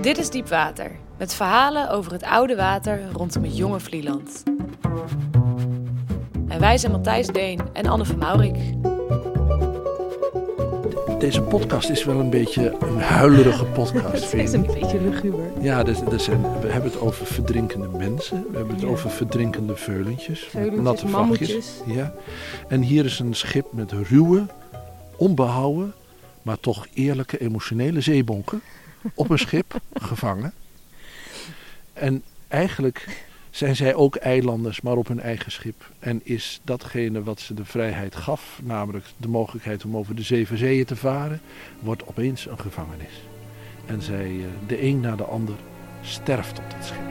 Dit is Diep Water, met verhalen over het oude water rondom het jonge Vlieland. En wij zijn Matthijs Deen en Anne van Maurik. Deze podcast is wel een beetje een huilerige podcast. Het is een beetje luguber. Ja, we hebben het over verdrinkende mensen. We hebben het over verdrinkende veulentjes. Met natte vakjes. Ja. En hier is een schip met ruwe, onbehouden, maar toch eerlijke, emotionele zeebonken op een schip gevangen. En eigenlijk zijn zij ook eilanders, maar op hun eigen schip. En is datgene wat ze de vrijheid gaf, namelijk de mogelijkheid om over de 7 zeeën te varen, wordt opeens een gevangenis. En zij, de een na de ander, sterft op dat schip.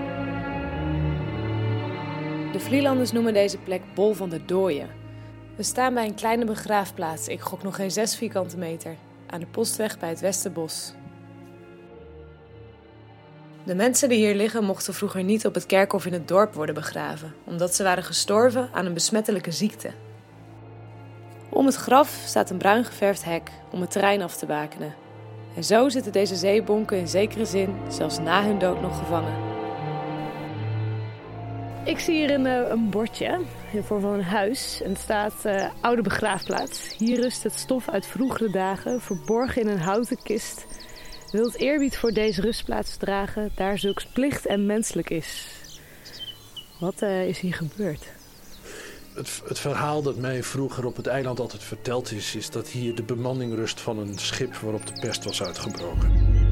De Vlielanders noemen deze plek Bol van de Dooien. We staan bij een kleine begraafplaats, ik gok nog geen 6 vierkante meter, aan de postweg bij het Westerbos. De mensen die hier liggen mochten vroeger niet op het kerkhof in het dorp worden begraven, omdat ze waren gestorven aan een besmettelijke ziekte. Om het graf staat een bruin geverfd hek om het terrein af te bakenen. En zo zitten deze zeebonken in zekere zin zelfs na hun dood nog gevangen. Ik zie hier een bordje in de vorm van een huis en het staat oude begraafplaats. Hier rust het stof uit vroegere dagen, verborgen in een houten kist. Wilt eerbied voor deze rustplaats dragen, daar zulks plicht en menselijk is. Wat is hier gebeurd? Het verhaal dat mij vroeger op het eiland altijd verteld is dat hier de bemanning rust van een schip waarop de pest was uitgebroken.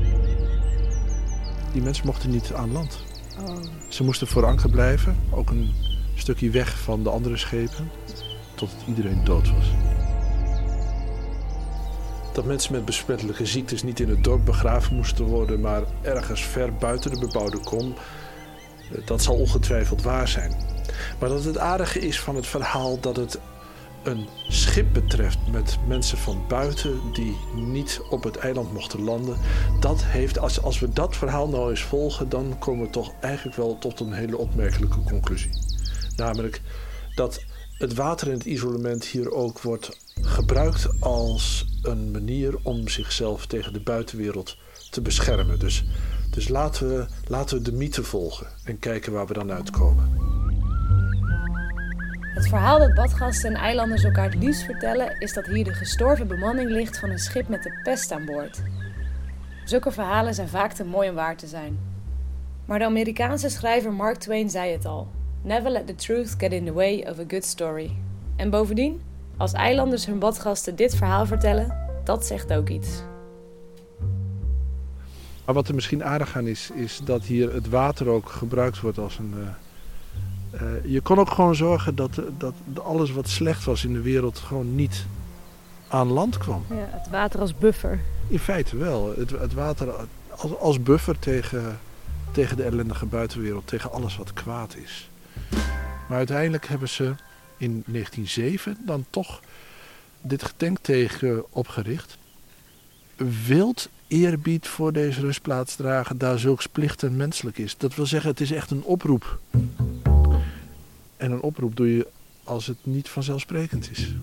Die mensen mochten niet aan land. Oh. Ze moesten voor anker blijven, ook een stukje weg van de andere schepen, totdat iedereen dood was. Dat mensen met besmettelijke ziektes niet in het dorp begraven moesten worden, maar ergens ver buiten de bebouwde kom, dat zal ongetwijfeld waar zijn. Maar dat het aardige is van het verhaal dat het een schip betreft met mensen van buiten die niet op het eiland mochten landen, dat heeft, als we dat verhaal nou eens volgen, dan komen we toch eigenlijk wel tot een hele opmerkelijke conclusie. Namelijk dat het water in het isolement hier ook wordt gebruikt als een manier om zichzelf tegen de buitenwereld te beschermen. Dus laten we de mythe volgen en kijken waar we dan uitkomen. Het verhaal dat badgasten en eilanders elkaar het liefst vertellen is dat hier de gestorven bemanning ligt van een schip met de pest aan boord. Zulke verhalen zijn vaak te mooi om waar te zijn. Maar de Amerikaanse schrijver Mark Twain zei het al: Never let the truth get in the way of a good story. En bovendien, als eilanders hun badgasten dit verhaal vertellen, dat zegt ook iets. Maar wat er misschien aardig aan is dat hier het water ook gebruikt wordt als een... je kon ook gewoon zorgen dat alles wat slecht was in de wereld gewoon niet aan land kwam. Ja, het water als buffer. In feite wel. Het water als buffer tegen de ellendige buitenwereld, tegen alles wat kwaad is. Maar uiteindelijk hebben ze in 1907 dan toch dit gedenkteken opgericht. Wilt eerbied voor deze rustplaats dragen, daar zulks plicht en menselijk is. Dat wil zeggen, het is echt een oproep. En een oproep doe je als het niet vanzelfsprekend is.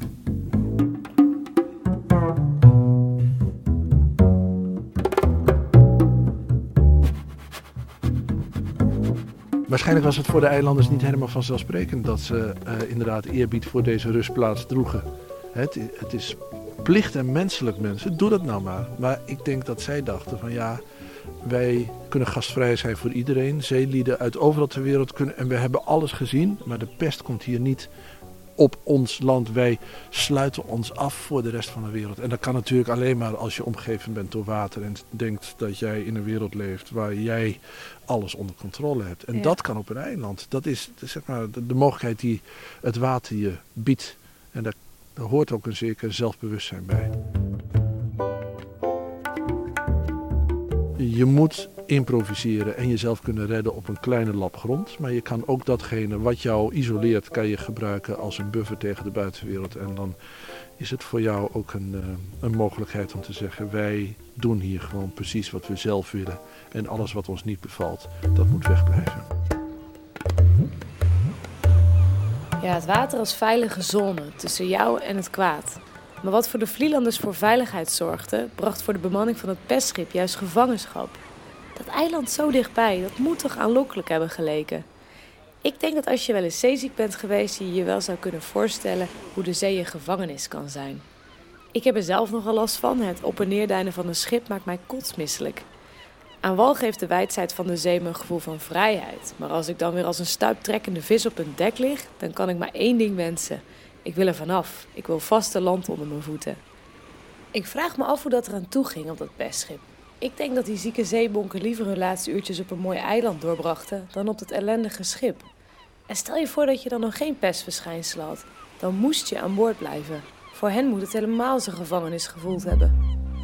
Waarschijnlijk was het voor de eilanders niet helemaal vanzelfsprekend dat ze inderdaad eerbied voor deze rustplaats droegen. Het is plicht en menselijk, mensen. Doe dat nou maar. Maar ik denk dat zij dachten van ja, wij kunnen gastvrij zijn voor iedereen. Zeelieden uit overal ter wereld kunnen. En we hebben alles gezien, maar de pest komt hier niet op ons land. Wij sluiten ons af voor de rest van de wereld. En dat kan natuurlijk alleen maar als je omgeven bent door water en denkt dat jij in een wereld leeft waar jij alles onder controle hebt. En dat kan op een eiland. Dat is zeg maar de mogelijkheid die het water je biedt. En daar hoort ook een zeker zelfbewustzijn bij. Je moet improviseren en jezelf kunnen redden op een kleine lap grond. Maar je kan ook datgene wat jou isoleert, kan je gebruiken als een buffer tegen de buitenwereld. En dan is het voor jou ook een mogelijkheid om te zeggen, wij doen hier gewoon precies wat we zelf willen. En alles wat ons niet bevalt, dat moet wegblijven. Ja, het water als veilige zone tussen jou en het kwaad. Maar wat voor de Vlielanders voor veiligheid zorgde, bracht voor de bemanning van het pestschip juist gevangenschap. Dat eiland zo dichtbij, dat moet toch aanlokkelijk hebben geleken. Ik denk dat als je wel eens zeeziek bent geweest, je je wel zou kunnen voorstellen hoe de zee een gevangenis kan zijn. Ik heb er zelf nogal last van. Het op- en neerdijnen van een schip maakt mij kotsmisselijk. Aan wal geeft de wijdheid van de zee me een gevoel van vrijheid. Maar als ik dan weer als een stuiptrekkende vis op een dek lig, dan kan ik maar één ding wensen. Ik wil er vanaf. Ik wil vaste land onder mijn voeten. Ik vraag me af hoe dat eraan toe ging op dat pestschip. Ik denk dat die zieke zeebonken liever hun laatste uurtjes op een mooi eiland doorbrachten dan op dat ellendige schip. En stel je voor dat je dan nog geen pestverschijnsel had. Dan moest je aan boord blijven. Voor hen moet het helemaal zijn gevangenis gevoeld hebben.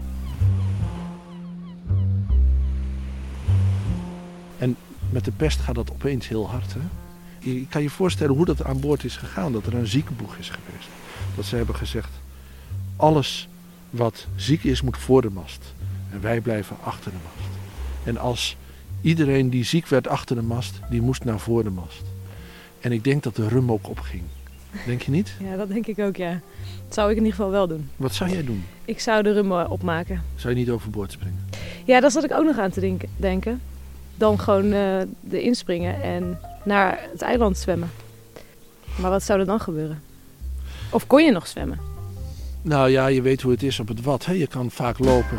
En met de pest gaat dat opeens heel hard. Hè? Je kan je voorstellen hoe dat aan boord is gegaan. Dat er een ziekenboeg is geweest. Dat ze hebben gezegd, alles wat ziek is moet voor de mast. En wij blijven achter de mast. En als iedereen die ziek werd achter de mast, die moest naar voor de mast. En ik denk dat de rum ook opging. Denk je niet? Ja, dat denk ik ook, ja. Dat zou ik in ieder geval wel doen. Wat zou jij doen? Ik zou de rum opmaken. Zou je niet overboord springen? Ja, daar zat ik ook nog aan te denken. Dan gewoon erin springen en naar het eiland zwemmen. Maar wat zou er dan gebeuren? Of kon je nog zwemmen? Nou ja, je weet hoe het is op het wad. Hè? Je kan vaak lopen.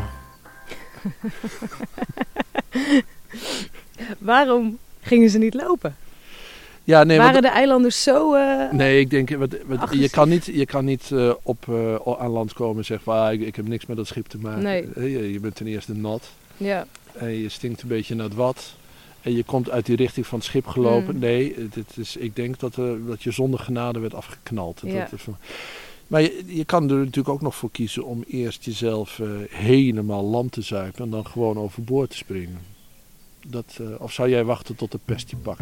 Waarom gingen ze niet lopen? Ja, nee, Waren de eilanders zo... Nee, ik denk, je kan niet aan land komen en zeggen van, ik heb niks met dat schip te maken. Nee. Je bent ten eerste nat. Ja. En je stinkt een beetje naar het wad. En je komt uit die richting van het schip gelopen. Nee, ik denk dat je zonder genade werd afgeknald. Ja. Maar je kan er natuurlijk ook nog voor kiezen om eerst jezelf helemaal lam te zuipen en dan gewoon overboord te springen. Of zou jij wachten tot de pest je pakt?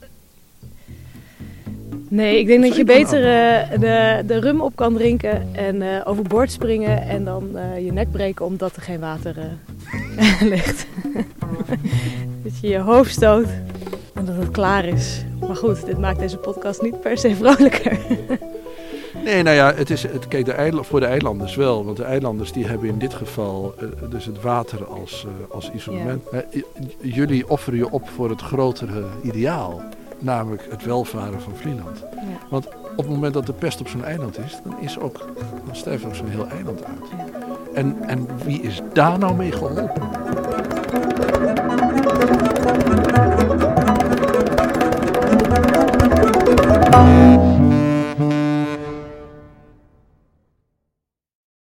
Nee, ik denk dat je beter de rum op kan drinken en overboord springen en dan je nek breken omdat er geen water ligt. Dat je je hoofd stoot en dat het klaar is. Maar goed, dit maakt deze podcast niet per se vrolijker. Nee, nou ja, kijk, voor de eilanders wel. Want de eilanders die hebben in dit geval dus het water als isolement. Ja. Jullie offeren je op voor het grotere ideaal. Namelijk het welvaren van Vlieland. Ja. Want op het moment dat de pest op zo'n eiland is, dan sterft ook zo'n heel eiland uit. Ja. En wie is daar nou mee geholpen?